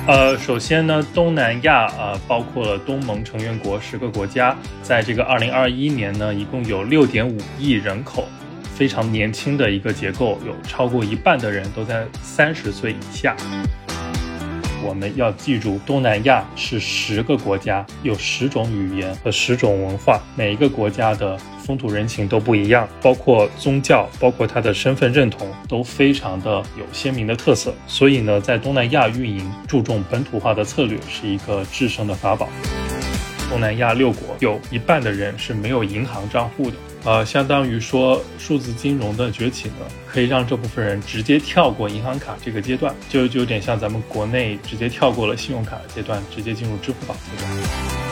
首先呢，东南亚包括了东盟成员国10个国家，在这个2021年呢，一共有6.5亿人口，非常年轻的一个结构，有超过一半的人都在30岁以下。我们要记住，东南亚是10个国家，有10种语言和10种文化，每一个国家的风土人情都不一样，包括宗教，包括它的身份认同都非常的有鲜明的特色。所以呢，在东南亚运营注重本土化的策略是一个制胜的法宝。东南亚6国有一半的人是没有银行账户的。相当于说数字金融的崛起呢，可以让这部分人直接跳过银行卡这个阶段，就有点像咱们国内直接跳过了信用卡的阶段，直接进入支付宝阶段。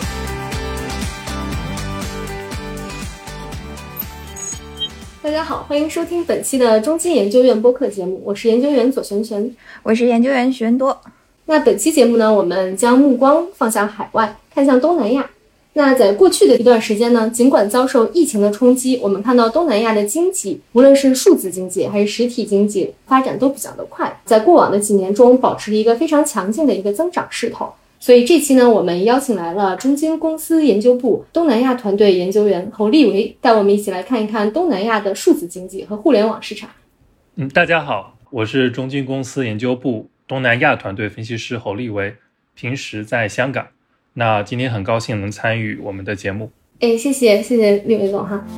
大家好，欢迎收听本期的中金研究院播客节目，我是研究员左璇璇， 我是研究员徐文多。 那本期节目呢，我们将目光放向海外，看向东南亚。那在过去的一段时间呢，尽管遭受疫情的冲击，我们看到东南亚的经济，无论是数字经济还是实体经济，发展都比较的快，在过往的几年中保持了一个非常强劲的一个增长势头。所以这期呢，我们邀请来了中金公司研究部东南亚团队研究员侯立维，带我们一起来看一看东南亚的数字经济和互联网市场。 大家好，我是中金公司研究部东南亚团队分析师侯立维，平时在香港。那今天很高兴能参与我们的节目。 谢谢立维总哈。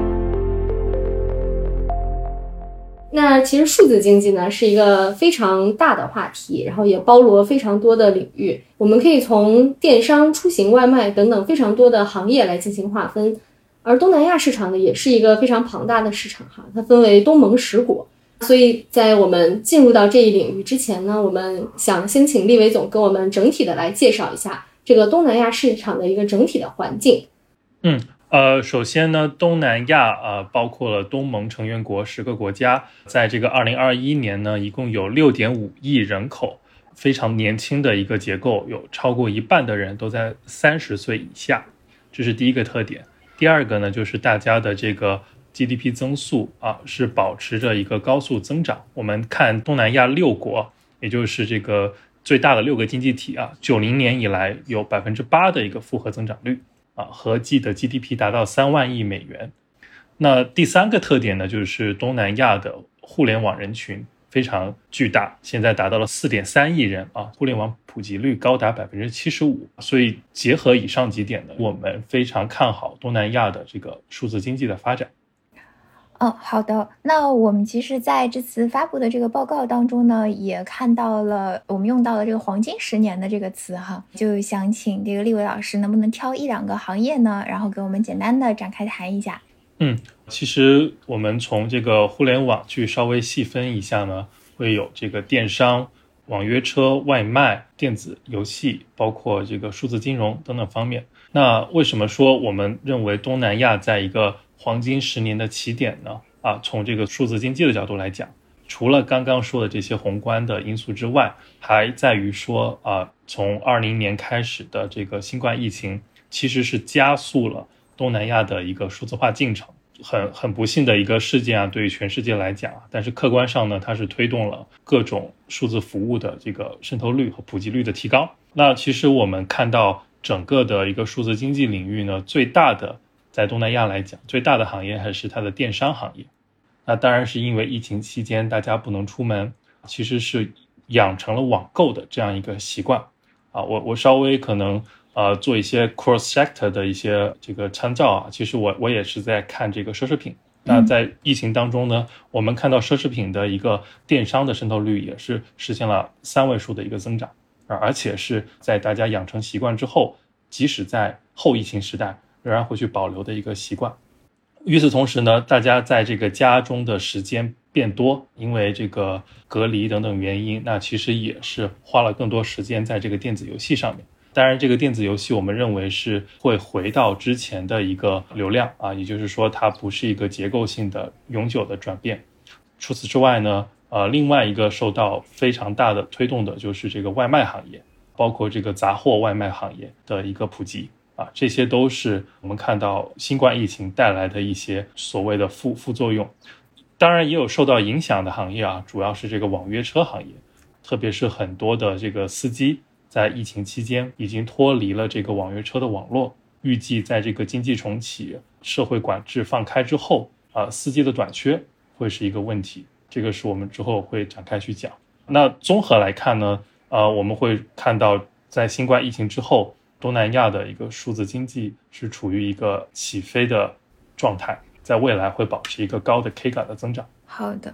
那其实数字经济呢是一个非常大的话题，然后也包罗非常多的领域，我们可以从电商、出行、外卖等等非常多的行业来进行划分。而东南亚市场呢也是一个非常庞大的市场哈，它分为东盟10国。所以在我们进入到这一领域之前呢，我们想先请立维总跟我们整体的来介绍一下这个东南亚市场的一个整体的环境。 首先呢，东南亚包括了东盟成员国10个国家，在这个2021年呢，一共有6.5亿人口，非常年轻的一个结构，有超过一半的人都在30岁以下，这是第一个特点。第二个呢，就是大家的这个 GDP 增速是保持着一个高速增长。我们看东南亚6国，也就是这个最大的6个经济体90年以来有 8% 的一个复合增长率合计的 GDP 达到3万亿美元。那第三个特点呢，就是东南亚的互联网人群非常巨大，现在达到了 4.3 亿人互联网普及率高达 75%。 所以结合以上几点呢，我们非常看好东南亚的这个数字经济的发展。 好的。那我们其实在这次发布的这个报告当中呢，也看到了我们用到了这个黄金10年的这个词哈，就想请这个立维老师能不能挑1-2个行业呢，然后给我们简单的展开谈一下。 其实我们从这个互联网去稍微细分一下呢，会有这个电商、网约车、外卖、电子游戏，包括这个数字金融等等方面。那为什么说我们认为东南亚在一个黄金10年的起点呢？从这个数字经济的角度来讲，除了刚刚说的这些宏观的因素之外，还在于说从20年开始的这个新冠疫情，其实是加速了东南亚的一个数字化进程。很不幸的一个事件对于全世界来讲但是客观上呢，它是推动了各种数字服务的这个渗透率和普及率的提高。那其实我们看到整个的一个数字经济领域呢，最大的在东南亚来讲，最大的行业还是它的电商行业。那当然是因为疫情期间大家不能出门，其实是养成了网购的这样一个习惯我稍微可能做一些 cross sector 的一些这个参照其实我也是在看这个奢侈品。那在疫情当中呢，我们看到奢侈品的一个电商的渗透率也是实现了3位数的一个增长，而且是在大家养成习惯之后，即使在后疫情时代仍然会去保留的一个习惯。与此同时呢，大家在这个家中的时间变多，因为这个隔离等等原因，那其实也是花了更多时间在这个电子游戏上面。当然这个电子游戏我们认为是会回到之前的一个流量也就是说它不是一个结构性的永久的转变。除此之外呢，另外一个受到非常大的推动的就是这个外卖行业，包括这个杂货外卖行业的一个普及这些都是我们看到新冠疫情带来的一些所谓的副作用。当然也有受到影响的行业主要是这个网约车行业，特别是很多的这个司机在疫情期间已经脱离了这个网约车的网络，预计在这个经济重启、社会管制放开之后，司机的短缺会是一个问题，这个是我们之后会展开去讲。那综合来看呢，我们会看到在新冠疫情之后，东南亚的一个数字经济是处于一个起飞的状态，在未来会保持一个高的 CAGR 的增长。 好的。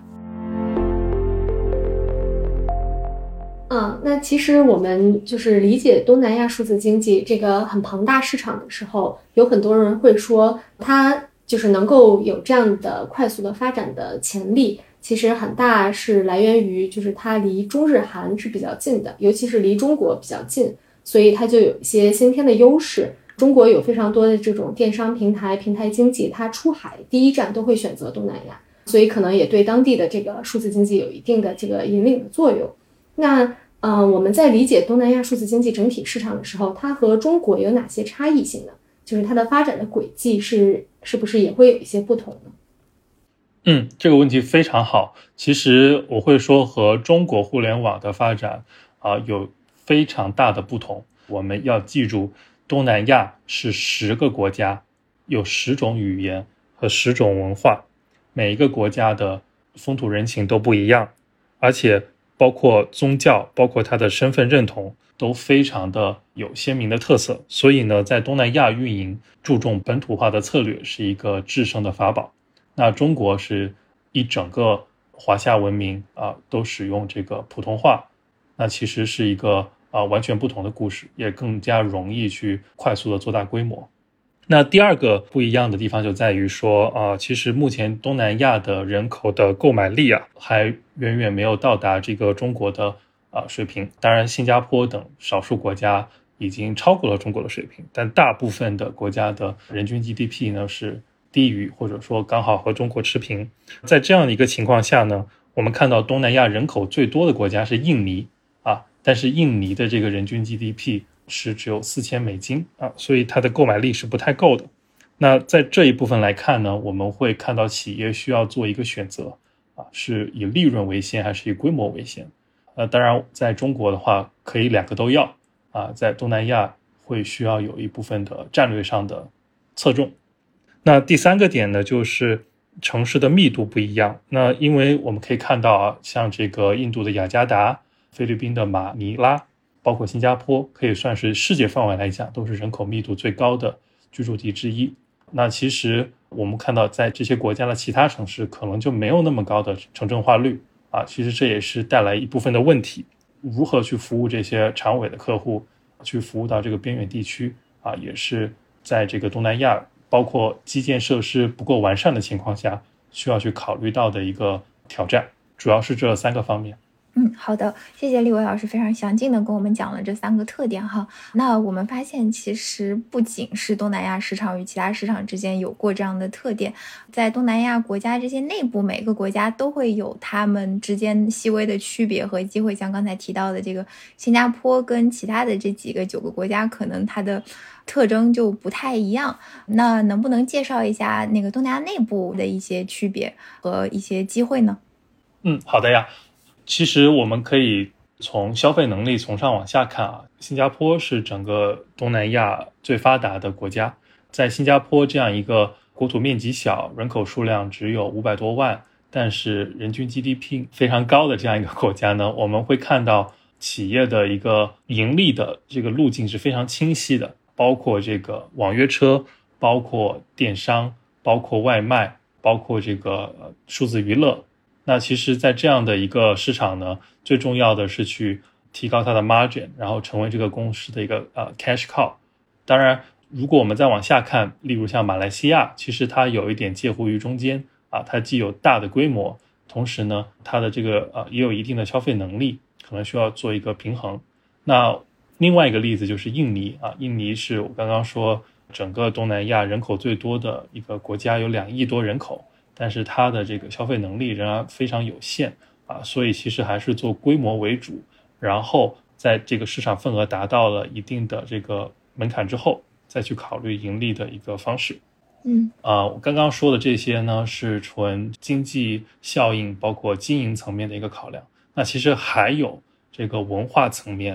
那其实我们就是理解东南亚数字经济这个很庞大市场的时候，有很多人会说它就是能够有这样的快速的发展的潜力，其实很大是来源于就是它离中日韩是比较近的，尤其是离中国比较近，所以它就有一些先天的优势。中国有非常多的这种电商平台经济，它出海第一站都会选择东南亚，所以可能也对当地的这个数字经济有一定的这个引领的作用。那我们在理解东南亚数字经济整体市场的时候，它和中国有哪些差异性呢？就是它的发展的轨迹是不是也会有一些不同呢？ 这个问题非常好。其实我会说和中国互联网的发展有非常大的不同。我们要记住，东南亚是10个国家，有10种语言和10种文化，每一个国家的风土人情都不一样，而且包括宗教，包括它的身份认同都非常的有鲜明的特色。所以呢，在东南亚运营注重本土化的策略是一个制胜的法宝。那中国是一整个华夏文明都使用这个普通话，那其实是一个完全不同的故事，也更加容易去快速的做大规模。那第二个不一样的地方就在于说其实目前东南亚的人口的购买力还远远没有到达这个中国的水平。当然新加坡等少数国家已经超过了中国的水平，但大部分的国家的人均 GDP 呢是低于或者说刚好和中国持平。在这样的一个情况下呢，我们看到东南亚人口最多的国家是印尼但是印尼的这个人均 GDP 是只有$4000所以它的购买力是不太够的。那在这一部分来看呢，我们会看到企业需要做一个选择是以利润为先还是以规模为先。当然在中国的话可以2个都要在东南亚会需要有一部分的战略上的侧重。那第3个点呢，就是城市的密度不一样。那因为我们可以看到像这个印度的雅加达、菲律宾的马尼拉，包括新加坡，可以算是世界范围来讲都是人口密度最高的居住地之一。那其实我们看到在这些国家的其他城市可能就没有那么高的城镇化率其实这也是带来一部分的问题。如何去服务这些长尾的客户，去服务到这个边远地区也是在这个东南亚包括基建设施不够完善的情况下需要去考虑到的一个挑战，主要是这3个方面。 好的，谢谢立伟老师非常详尽的跟我们讲了这3个特点哈。那我们发现其实不仅是东南亚市场与其他市场之间有过这样的特点，在东南亚国家这些内部每个国家都会有他们之间细微的区别和机会，像刚才提到的这个新加坡跟其他的这9个国家可能它的特征就不太一样。那能不能介绍一下那个东南亚内部的一些区别和一些机会呢？ 好的呀。其实我们可以从消费能力从上往下看新加坡是整个东南亚最发达的国家。在新加坡这样一个国土面积小，人口数量只有500多万，但是人均 GDP 非常高的这样一个国家呢，我们会看到企业的一个盈利的这个路径是非常清晰的，包括这个网约车，包括电商，包括外卖，包括这个数字娱乐。那其实在这样的一个市场呢，最重要的是去提高它的 margin， 然后成为这个公司的一个cash cow。 当然如果我们再往下看，例如像马来西亚，其实它有一点介乎于中间它既有大的规模，同时呢它的这个也有一定的消费能力，可能需要做一个平衡。那另外一个例子就是印尼印尼是我刚刚说整个东南亚人口最多的一个国家，有2亿多人口，但是它的这个消费能力仍然非常有限所以其实还是做规模为主，然后在这个市场份额达到了一定的这个门槛之后，再去考虑盈利的一个方式。我刚刚说的这些呢是纯经济效应包括经营层面的一个考量。那其实还有这个文化层面的，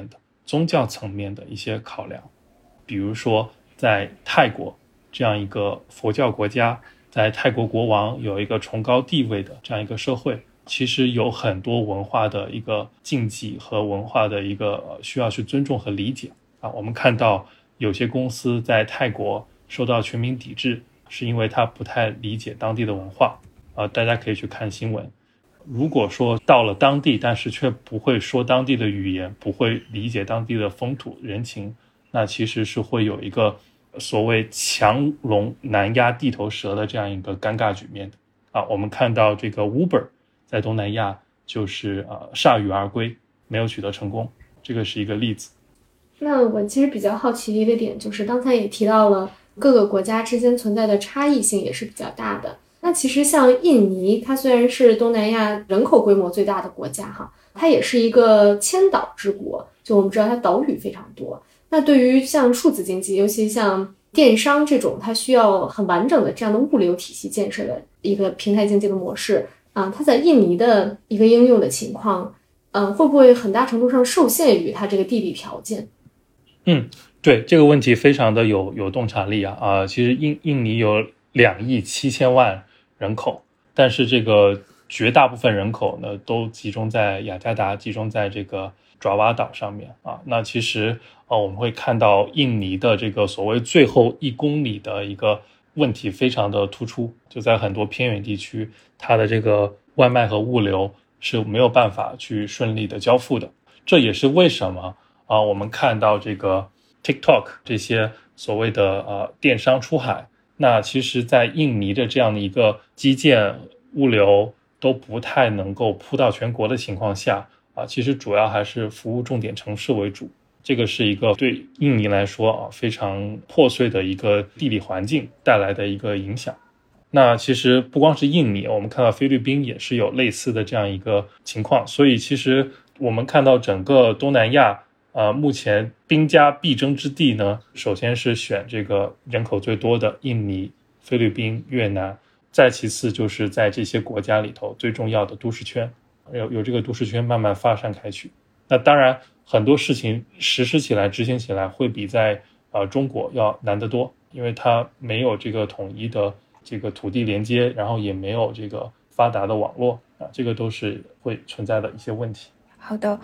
宗教层面的一些考量。比如说在泰国这样一个佛教国家，在泰国国王有一个崇高地位的这样一个社会，其实有很多文化的一个禁忌和文化的一个需要去尊重和理解我们看到有些公司在泰国受到全民抵制，是因为他不太理解当地的文化大家可以去看新闻。如果说到了当地，但是却不会说当地的语言，不会理解当地的风土人情，那其实是会有一个所谓强龙难压地头蛇的这样一个尴尬局面的我们看到这个 Uber 在东南亚就是铩羽而归，没有取得成功，这个是一个例子。 那我其实比较好奇的一个点就是刚才也提到了各个国家之间存在的差异性也是比较大的。那其实像印尼，它虽然是东南亚人口规模最大的国家它也是一个千岛之国，就我们知道它岛屿非常多。那对于像数字经济，尤其像电商这种它需要很完整的这样的物流体系建设的一个平台经济的模式它在印尼的一个应用的情况会不会很大程度上受限于它这个地理条件？ 对，这个问题非常的有洞察力其实印尼有2亿7千万人口，但是这个绝大部分人口呢都集中在雅加达，集中在这个爪哇岛上面那其实我们会看到印尼的这个所谓最后1公里的一个问题非常的突出，就在很多偏远地区，它的这个外卖和物流是没有办法去顺利的交付的。这也是为什么我们看到这个 TikTok 这些所谓的电商出海，那其实在印尼的这样的一个基建物流都不太能够铺到全国的情况下其实主要还是服务重点城市为主。这个是一个对印尼来说非常破碎的一个地理环境带来的一个影响。那其实不光是印尼，我们看到菲律宾也是有类似的这样一个情况。所以其实我们看到整个东南亚目前兵家必争之地呢，首先是选这个人口最多的印尼、菲律宾、越南，再其次就是在这些国家里头最重要的都市圈，有这个都市圈慢慢发散开去。那当然很多事情实施起来执行起来会比在中国要难得多，因为它没有这个统一的这个土地连接，然后也没有这个发达的网络这个都是会存在的一些问题。 好的，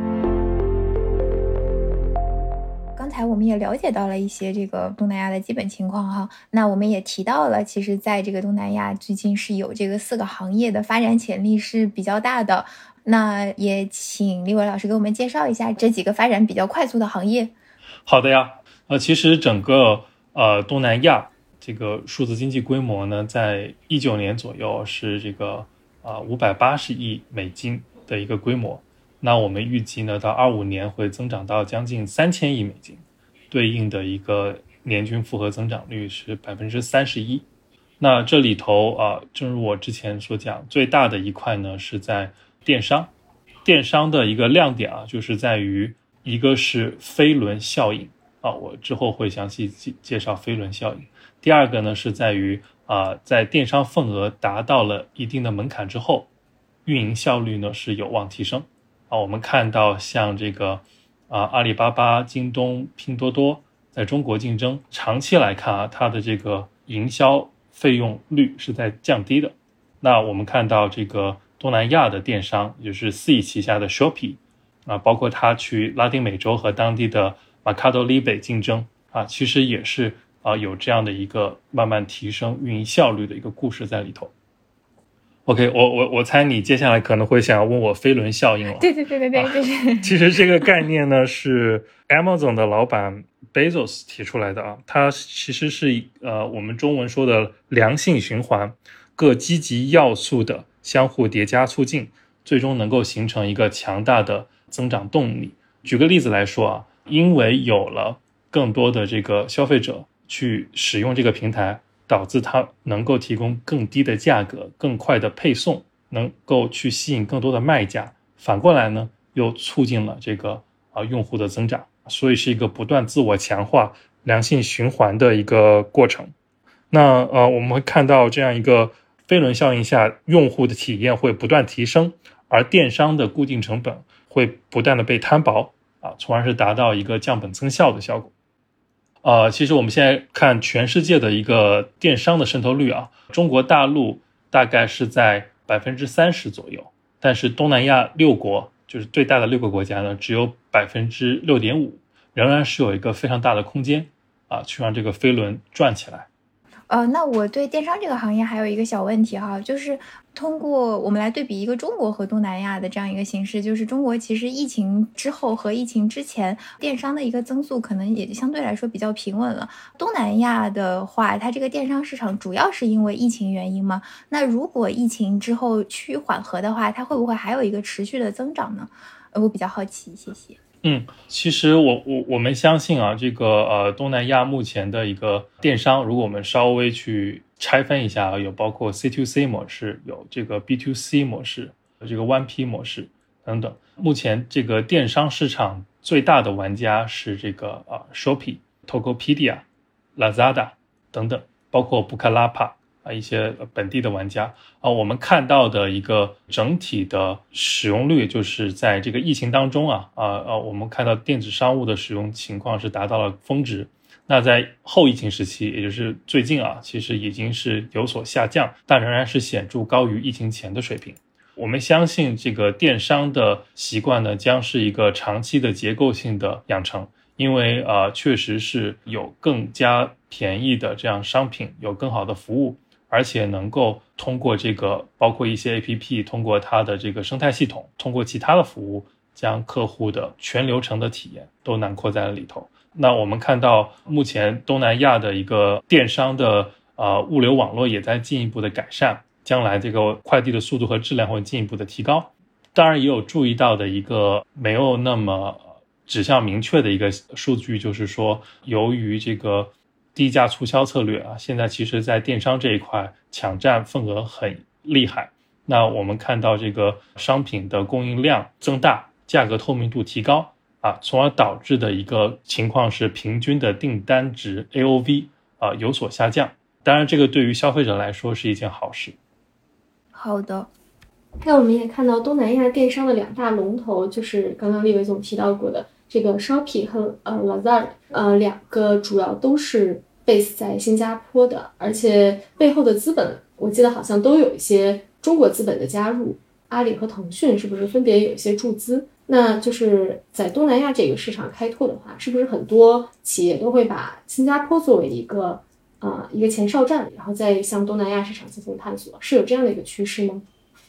刚才我们也了解到了一些这个东南亚的基本情况那我们也提到了，其实在这个东南亚最近是有这个4个行业的发展潜力是比较大的。那也请立伟老师给我们介绍一下这几个发展比较快速的行业。 好的呀，其实整个东南亚这个数字经济规模呢，在19年左右是这个580亿美金的一个规模。那我们预计呢，到25年会增长到将近3000亿美金，对应的一个年均复合增长率是31%。那这里头正如我之前所讲，最大的一块呢是在电商。电商的一个亮点就是在于一个是飞轮效应我之后会详细介绍飞轮效应。第二个呢是在于在电商份额达到了一定的门槛之后，运营效率呢是有望提升我们看到像这个阿里巴巴、京东、拼多多在中国竞争，长期来看它的这个营销费用率是在降低的。那我们看到这个东南亚的电商，也就是4亿旗下的 Shopee包括它去拉丁美洲和当地的 Mercado Libre 竞争其实也是有这样的一个慢慢提升运营效率的一个故事在里头。OK， 我猜你接下来可能会想要问我飞轮效应了。 对， 其实这个概念呢是 Amazon 的老板 Bezos 提出来的它其实是我们中文说的良性循环，各积极要素的相互叠加促进，最终能够形成一个强大的增长动力。举个例子来说因为有了更多的这个消费者去使用这个平台，导致它能够提供更低的价格，更快的配送，能够去吸引更多的卖家，反过来呢又促进了这个用户的增长，所以是一个不断自我强化良性循环的一个过程。那我们会看到这样一个飞轮效应下，用户的体验会不断提升，而电商的固定成本会不断的被摊薄从而是达到一个降本增效的效果。其实我们现在看全世界的一个电商的渗透率中国大陆大概是在30%左右，但是东南亚6国，就是最大的6个国家呢，只有6.5%，仍然是有一个非常大的空间去让这个飞轮转起来。 那我对电商这个行业还有一个小问题哈，就是通过我们来对比一个中国和东南亚的这样一个形势，就是中国其实疫情之后和疫情之前电商的一个增速可能也相对来说比较平稳了。东南亚的话，它这个电商市场主要是因为疫情原因吗？那如果疫情之后趋于缓和的话，它会不会还有一个持续的增长呢？我比较好奇，谢谢。 其实我们相信这个东南亚目前的一个电商，如果我们稍微去拆分一下，有包括 C2C 模式，有这个 B2C 模式，有这个 1P 模式等等。目前这个电商市场最大的玩家是这个Shopee、Tokopedia、Lazada 等等，包括布卡拉帕一些本地的玩家我们看到的一个整体的使用率，就是在这个疫情当中我们看到电子商务的使用情况是达到了峰值。那在后疫情时期，也就是最近其实已经是有所下降，但仍然是显著高于疫情前的水平。我们相信这个电商的习惯呢，将是一个长期的结构性的养成，因为确实是有更加便宜的这样商品，有更好的服务，而且能够通过这个包括一些 APP， 通过它的这个生态系统，通过其他的服务，将客户的全流程的体验都囊括在了里头。那我们看到目前东南亚的一个电商的物流网络也在进一步的改善，将来这个快递的速度和质量会进一步的提高。当然也有注意到的一个没有那么指向明确的一个数据，就是说由于这个低价促销策略现在其实在电商这一块抢占份额很厉害。那我们看到这个商品的供应量增大，价格透明度提高从而导致的一个情况是平均的订单值 AOV 有所下降。当然这个对于消费者来说是一件好事。 好的。 那我们也看到东南亚电商的2大龙头，就是刚刚立伟总提到过的这个 Shopee 和Lazada， 2个主要都是 base 在新加坡的，而且背后的资本我记得好像都有一些中国资本的加入，阿里和腾讯是不是分别有一些注资？那就是在东南亚这个市场开拓的话，是不是很多企业都会把新加坡作为一个前哨站，然后再向东南亚市场进行探索，是有这样的一个趋势吗？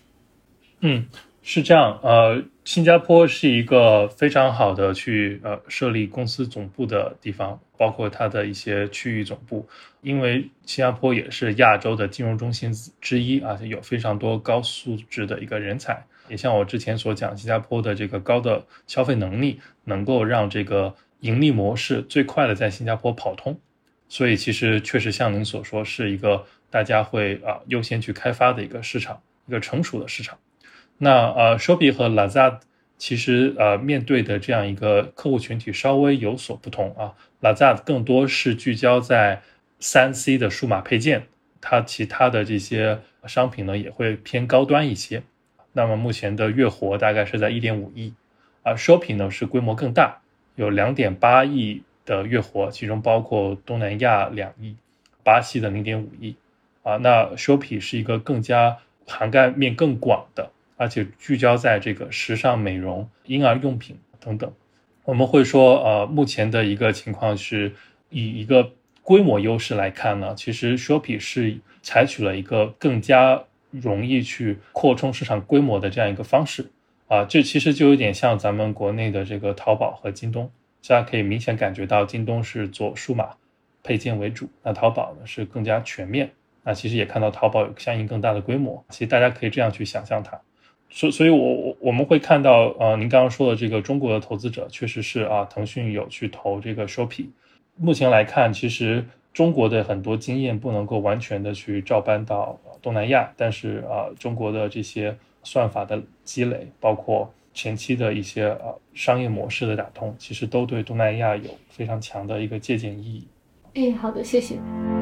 是这样，新加坡是一个非常好的去设立公司总部的地方，包括它的一些区域总部，因为新加坡也是亚洲的金融中心之一有非常多高素质的一个人才，也像我之前所讲，新加坡的这个高的消费能力能够让这个盈利模式最快的在新加坡跑通，所以其实确实像您所说，是一个大家会优先去开发的一个市场，一个成熟的市场。那Shopee 和 Lazada 其实面对的这样一个客户群体稍微有所不同Lazada 更多是聚焦在 3C 的数码配件，它其他的这些商品呢也会偏高端一些。那么目前的月活大概是在 1.5 亿Shopee 呢是规模更大，有 2.8 亿的月活，其中包括东南亚2亿，巴西的 0.5 亿那 Shopee 是一个更加涵盖面更广的，而且聚焦在这个时尚美容、婴儿用品等等。我们会说目前的一个情况是以一个规模优势来看呢，其实 Shopee 是采取了一个更加容易去扩充市场规模的这样一个方式这其实就有点像咱们国内的这个淘宝和京东，大家可以明显感觉到京东是做数码配件为主，那淘宝呢是更加全面，那其实也看到淘宝有相应更大的规模，其实大家可以这样去想象它。所以我们会看到您刚刚说的这个中国的投资者确实是腾讯有去投这个 Shopee。 目前来看，其实中国的很多经验不能够完全的去照搬到东南亚，但是中国的这些算法的积累，包括前期的一些商业模式的打通，其实都对东南亚有非常强的一个借鉴意义。 好的，谢谢。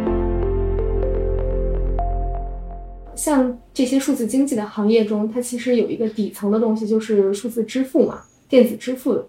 像这些数字经济的行业中，它其实有一个底层的东西，就是数字支付嘛，电子支付。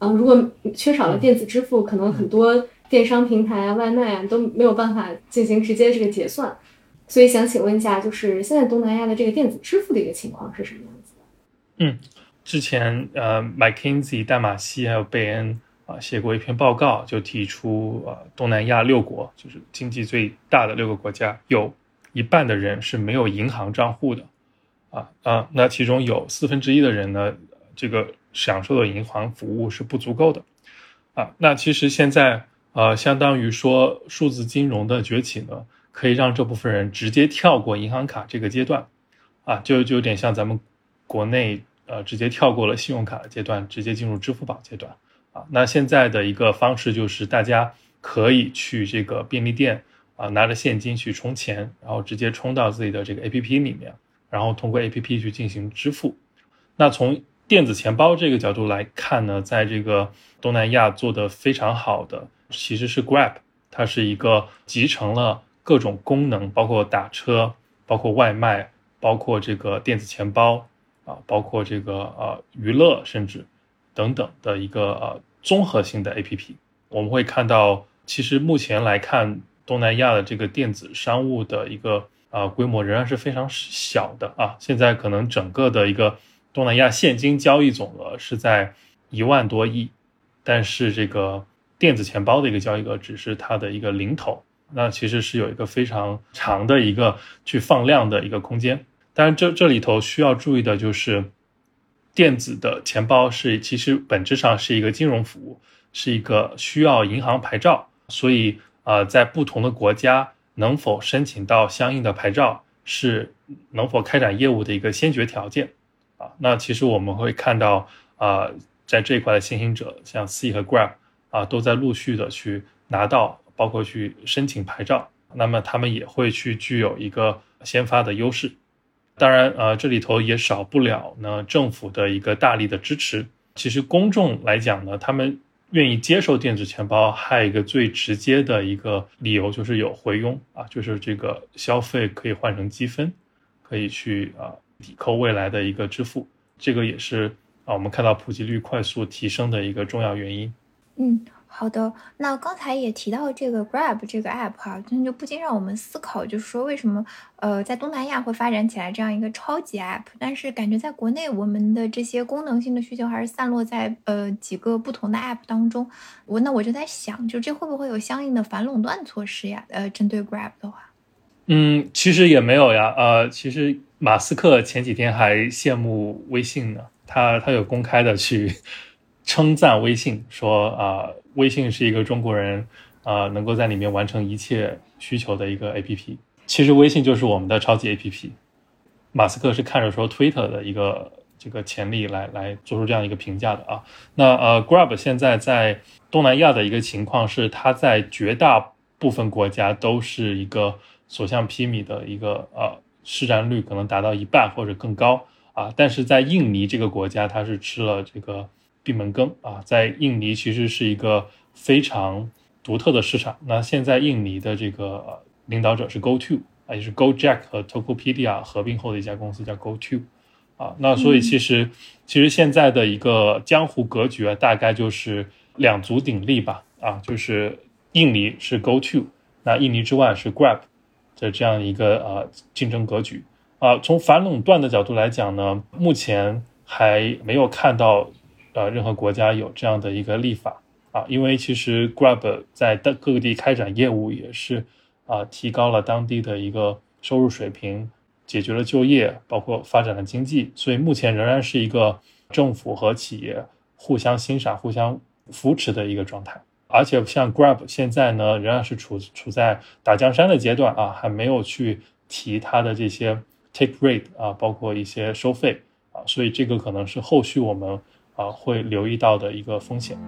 如果缺少了电子支付，可能很多电商平台啊、外卖啊都没有办法进行直接这个结算。所以想请问一下，就是现在东南亚的这个电子支付的一个情况是什么样子的？ 之前McKinsey、戴马锡还有贝恩写过一篇报告，就提出东南亚6国，就是经济最大的6个国家，有一半的人是没有银行账户的那其中有1/4的人呢，这个享受的银行服务是不足够的那其实现在相当于说数字金融的崛起呢，可以让这部分人直接跳过银行卡这个阶段就有点像咱们国内直接跳过了信用卡的阶段，直接进入支付宝阶段那现在的一个方式就是大家可以去这个便利店拿着现金去充钱，然后直接充到自己的这个 APP 里面，然后通过 APP 去进行支付。那从电子钱包这个角度来看呢，在这个东南亚做得非常好的其实是 Grab， 它是一个集成了各种功能，包括打车，包括外卖，包括这个电子钱包包括这个娱乐甚至等等的一个综合性的 APP。 我们会看到其实目前来看东南亚的这个电子商务的一个规模仍然是非常小的现在可能整个的一个东南亚现金交易总额是在1万多亿，但是这个电子钱包的一个交易额只是它的一个零头，那其实是有一个非常长的一个去放量的一个空间。当然这里头需要注意的就是电子的钱包其实本质上是一个金融服务，是一个需要银行牌照，所以在不同的国家能否申请到相应的牌照是能否开展业务的一个先决条件那其实我们会看到在这一块的先行者像 Sea 和 Grab都在陆续的去拿到包括去申请牌照，那么他们也会去具有一个先发的优势。当然这里头也少不了呢政府的一个大力的支持。其实公众来讲呢，他们愿意接受电子钱包还有一个最直接的一个理由就是有回佣就是这个消费可以换成积分，可以去抵扣未来的一个支付，这个也是我们看到普及率快速提升的一个重要原因。 好的，那刚才也提到这个 Grab 这个 app 那就不禁让我们思考，就是说为什么在东南亚会发展起来这样一个超级 app， 但是感觉在国内我们的这些功能性的需求还是散落在几个不同的 app 当中。那我就在想，就这会不会有相应的反垄断措施呀？针对 Grab 的话， 其实也没有呀。其实马斯克前几天还羡慕微信呢，他有公开的去称赞微信，说微信是一个中国人能够在里面完成一切需求的一个 APP。 其实微信就是我们的超级 APP。 马斯克是看着说 Twitter 的一个这个潜力来做出这样一个评价的那Grab 现在在东南亚的一个情况是，它在绝大部分国家都是一个所向披靡的一个市占率可能达到1半或者更高但是在印尼这个国家它是吃了这个闭门羹在印尼其实是一个非常独特的市场。那现在印尼的这个领导者是 GoTo 也是 Gojek 和 Tokopedia 合并后的一家公司叫 GoTo那所以其实现在的一个江湖格局大概就是两足鼎立吧就是印尼是 GoTo， 那印尼之外是 Grab 的这样一个竞争格局从反垄断的角度来讲呢，目前还没有看到任何国家有这样的一个立法因为其实 Grab 在各地开展业务也是提高了当地的一个收入水平，解决了就业，包括发展了经济，所以目前仍然是一个政府和企业互相欣赏互相扶持的一个状态。而且像 Grab 现在呢仍然是处在打江山的阶段还没有去提它的这些 take rate 包括一些收费所以这个可能是后续我们会留意到的一个风险。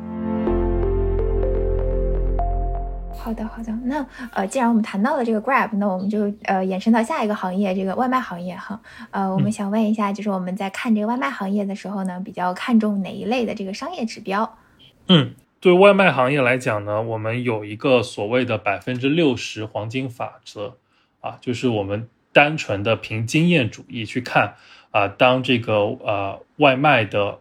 好的，那既然我们谈到了这个 Grab， 那我们就延伸到下一个行业，这个外卖行业哈。我们想问一下，就是我们在看这个外卖行业的时候呢，比较看重哪一类的这个商业指标？ 对外卖行业来讲呢，我们有一个所谓的60%黄金法则就是我们单纯的凭经验主义去看当这个外卖的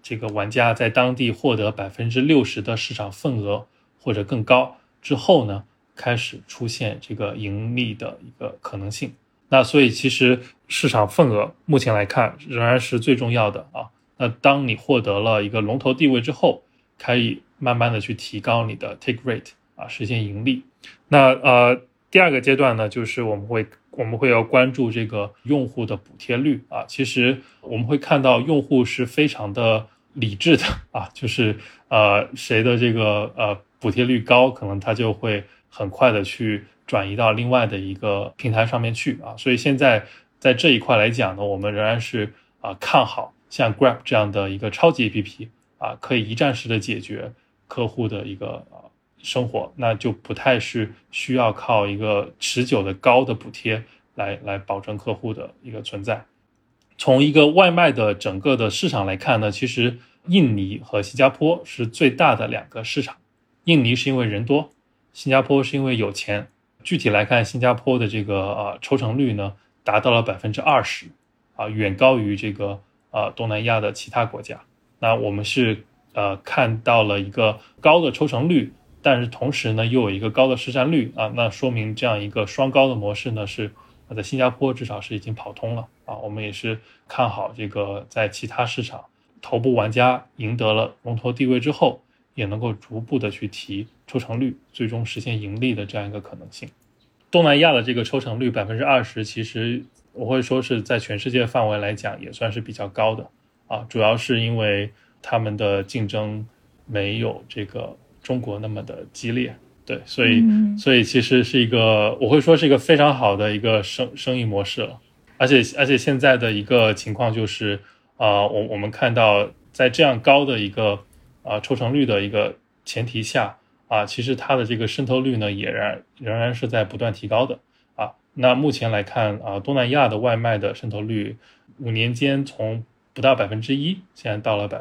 这个玩家在当地获得60%的市场份额或者更高之后呢，开始出现这个盈利的一个可能性。那所以其实市场份额目前来看仍然是最重要的啊。那当你获得了一个龙头地位之后，可以慢慢的去提高你的 take rate 啊，实现盈利。那第二个阶段呢，就是我们会要关注这个用户的补贴率啊。其实我们会看到用户是非常的理智的啊，就是谁的这个补贴率高，可能他就会很快的去转移到另外的一个平台上面去啊。所以现在在这一块来讲呢，我们仍然是看好像 Grab 这样的一个超级 APP 啊，可以一站式的解决客户的一个生活，那就不太是需要靠一个持久的高的补贴来保证客户的一个存在。从一个外卖的整个的市场来看呢，其实印尼和新加坡是最大的2个市场。印尼是因为人多，新加坡是因为有钱。具体来看，新加坡的这个抽成率呢达到了20%啊，远高于这个东南亚的其他国家。那我们是看到了一个高的抽成率，但是同时呢又有一个高的市占率啊，那说明这样一个双高的模式呢是在新加坡至少是已经跑通了啊。我们也是看好这个在其他市场头部玩家赢得了龙头地位之后，也能够逐步的去提抽成率，最终实现盈利的这样一个可能性。东南亚的这个抽成率20%，其实我会说是在全世界范围来讲也算是比较高的啊，主要是因为他们的竞争没有这个中国那么的激烈，对，所以其实是一个，我会说是一个非常好的一个生意模式了。而且现在的一个情况就是我们看到在这样高的一个抽成率的一个前提下其实它的这个渗透率呢也仍然是在不断提高的那目前来看东南亚的外卖的渗透率5年间从不到1%，现在到了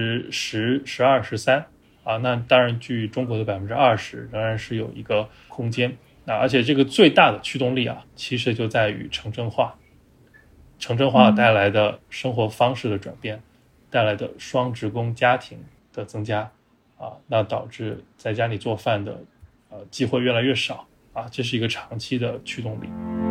10%、12%、13%那当然距中国的20%仍然是有一个空间而且这个最大的驱动力其实就在于城镇化带来的生活方式的转变，带来的双职工家庭的增加那导致在家里做饭的机会越来越少这是一个长期的驱动力。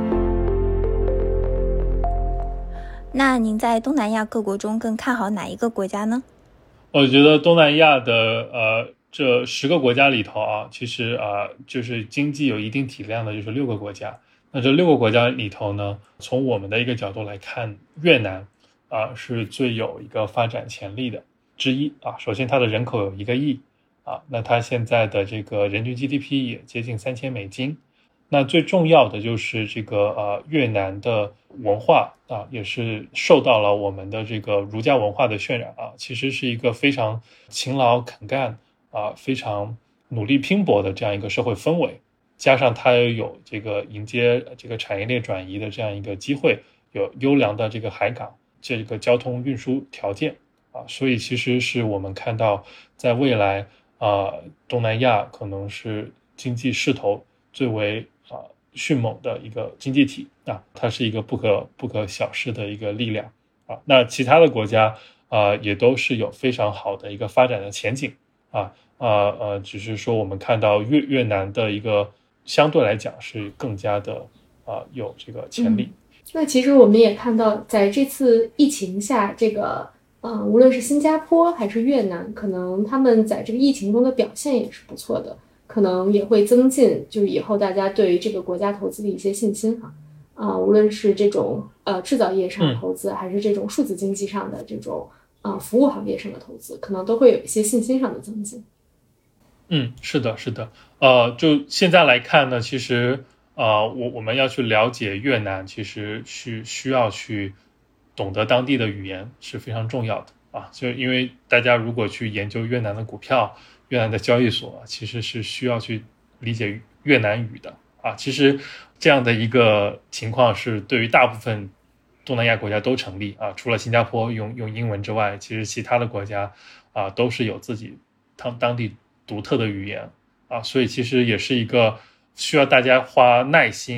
那您在东南亚各国中更看好哪一个国家呢？ 我觉得东南亚的这10个国家里头其实就是经济有一定体量的就是6个国家。那这6个国家里头呢，从我们的一个角度来看，越南是最有一个发展潜力的之一首先它的人口有1个亿那它现在的这个人均 GDP 也接近$3000。那最重要的就是这个越南的文化也是受到了我们的这个儒家文化的渲染其实是一个非常勤劳肯干非常努力拼搏的这样一个社会氛围，加上它有这个迎接这个产业链转移的这样一个机会，有优良的这个海港，这个交通运输条件所以其实是我们看到在未来东南亚可能是经济势头最为迅猛的一个经济体它是一个不可小视的一个力量那其他的国家也都是有非常好的一个发展的前景只是说我们看到越南的一个相对来讲是更加的有这个潜力。 那其实我们也看到在这次疫情下，这个无论是新加坡还是越南，可能他们在这个疫情中的表现也是不错的，可能也会增进就是以后大家对于这个国家投资的一些信心无论是这种制造业上的投资还是这种数字经济上的这种服务行业上的投资，可能都会有一些信心上的增进。 是的就现在来看呢，其实我们要去了解越南，其实是需要去懂得当地的语言是非常重要的就因为大家如果去研究越南的股票、越南的交易所，其实是需要去理解越南语的其实这样的一个情况是对于大部分东南亚国家都成立除了新加坡用英文之外，其实其他的国家都是有自己当地独特的语言所以其实也是一个需要大家花耐心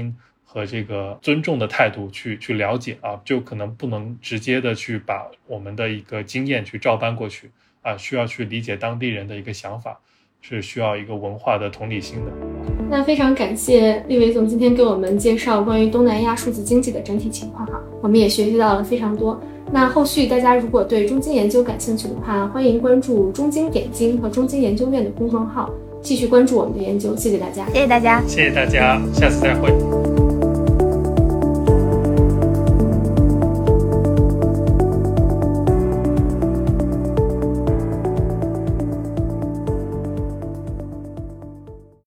和这个尊重的态度去了解啊，就可能不能直接的去把我们的一个经验去照搬过去啊，需要去理解当地人的一个想法，是需要一个文化的同理心的。 那非常感谢厉伟总今天给我们介绍关于东南亚数字经济的整体情况哈，我们也学习到了非常多。那后续大家如果对中经研究感兴趣的话，欢迎关注中经点经和中经研究院的公众号，继续关注我们的研究。谢谢大家， 谢谢大家， 谢谢大家，下次再会。